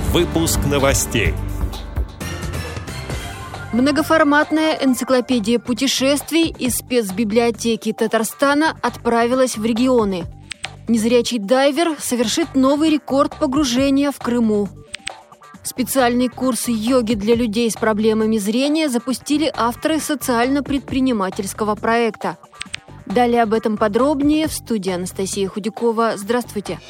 Выпуск новостей. Многоформатная энциклопедия путешествий из спецбиблиотеки Татарстана отправилась в регионы. Незрячий дайвер совершит новый рекорд погружения в Крыму. Специальный курс йоги для людей с проблемами зрения запустили авторы социально-предпринимательского проекта. Далее об этом подробнее в студии Анастасия Худякова. Здравствуйте!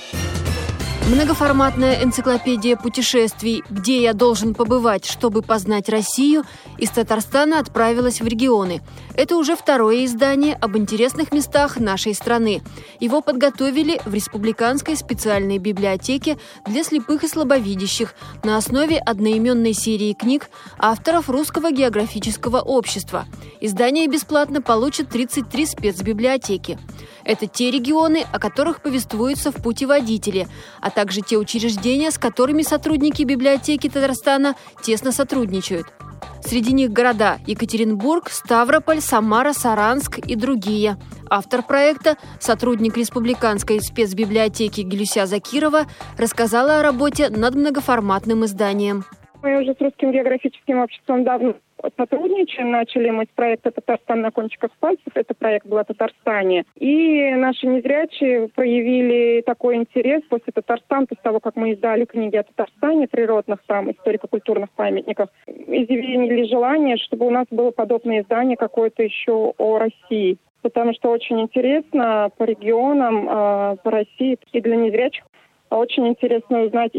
Многоформатная энциклопедия путешествий «Где я должен побывать, чтобы познать Россию» из Татарстана отправилась в регионы. Это уже второе издание об интересных местах нашей страны. Его подготовили в Республиканской специальной библиотеке для слепых и слабовидящих на основе одноименной серии книг авторов Русского географического общества. Издание бесплатно получат 33 спецбиблиотеки. Это те регионы, о которых повествуются в путеводителе, а также те учреждения, с которыми сотрудники библиотеки Татарстана тесно сотрудничают. Среди них города Екатеринбург, Ставрополь, Самара, Саранск и другие. Автор проекта, сотрудник Республиканской спецбиблиотеки Гюлюся Закирова, рассказала о работе над многоформатным изданием. Мы уже с Русским географическим обществом давно сотрудничаем. Начали мы с проекта «Татарстан на кончиках пальцев». Это проект был о Татарстане. И наши незрячие проявили такой интерес после Татарстана, после того, как мы издали книги о Татарстане, природных там, историко-культурных памятниках, изъявили желание, чтобы у нас было подобное издание какое-то еще о России. Потому что очень интересно по регионам, по России и для незрячих. Очень интересно узнать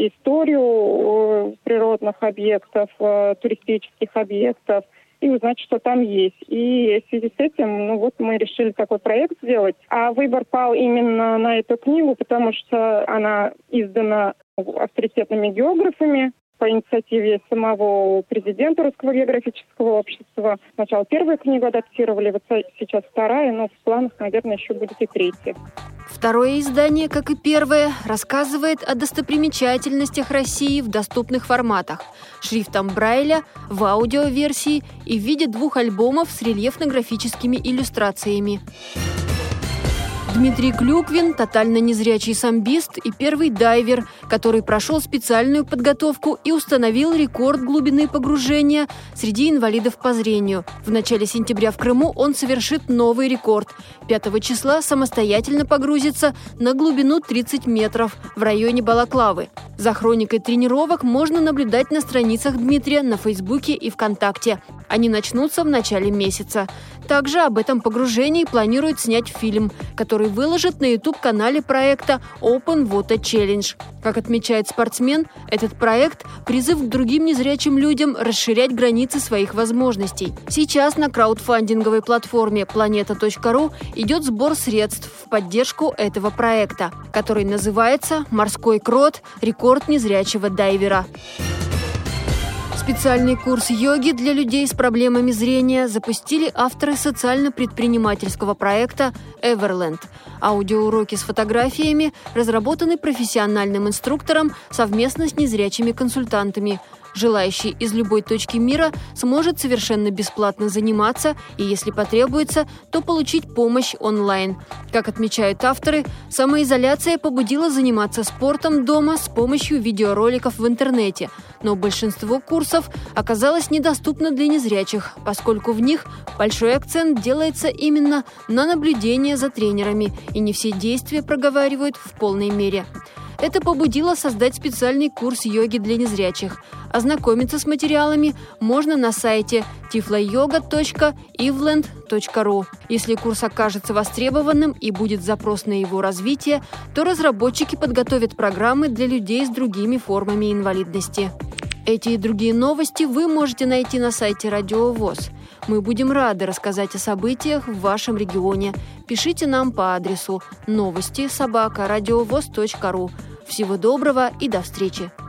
историю природных объектов, туристических объектов и узнать, что там есть. И в связи с этим, мы решили такой проект сделать. А выбор пал именно на эту книгу, потому что она издана авторитетными географами по инициативе самого президента Русского географического общества. Сначала первую книгу адаптировали, вот сейчас вторая, но в планах, наверное, еще будет и третья. Второе издание, как и первое, рассказывает о достопримечательностях России в доступных форматах – шрифтом Брайля, в аудиоверсии и в виде 2 альбомов с рельефно-графическими иллюстрациями. Дмитрий Клюквин – тотально незрячий самбист и первый дайвер, который прошел специальную подготовку и установил рекорд глубины погружения среди инвалидов по зрению. В начале сентября в Крыму он совершит новый рекорд. 5 числа самостоятельно погрузится на глубину 30 метров в районе Балаклавы. За хроникой тренировок можно наблюдать на страницах Дмитрия на Фейсбуке и ВКонтакте. Они начнутся в начале месяца. Также об этом погружении планируют снять фильм, который выложат на YouTube-канале проекта Open Water Challenge. Как отмечает спортсмен, этот проект – призыв к другим незрячим людям расширять границы своих возможностей. Сейчас на краудфандинговой платформе planeta.ru идет сбор средств в поддержку этого проекта, который называется «Морской крот. Рекорд незрячего дайвера». Специальный курс йоги для людей с проблемами зрения запустили авторы социально-предпринимательского проекта «Эверленд». Аудиоуроки с фотографиями разработаны профессиональным инструктором совместно с незрячими консультантами. Желающий из любой точки мира сможет совершенно бесплатно заниматься и, если потребуется, то получить помощь онлайн. Как отмечают авторы, самоизоляция побудила заниматься спортом дома с помощью видеороликов в интернете. Но большинство курсов оказалось недоступно для незрячих, поскольку в них большой акцент делается именно на наблюдение за тренерами, и не все действия проговаривают в полной мере. Это побудило создать специальный курс йоги для незрячих. Ознакомиться с материалами можно на сайте tifloyoga.eveland.ru. Если курс окажется востребованным и будет запрос на его развитие, то разработчики подготовят программы для людей с другими формами инвалидности. Эти и другие новости вы можете найти на сайте Радио ВОС. Мы будем рады рассказать о событиях в вашем регионе. Пишите нам по адресу новости@радиовос.ру. Всего доброго и до встречи!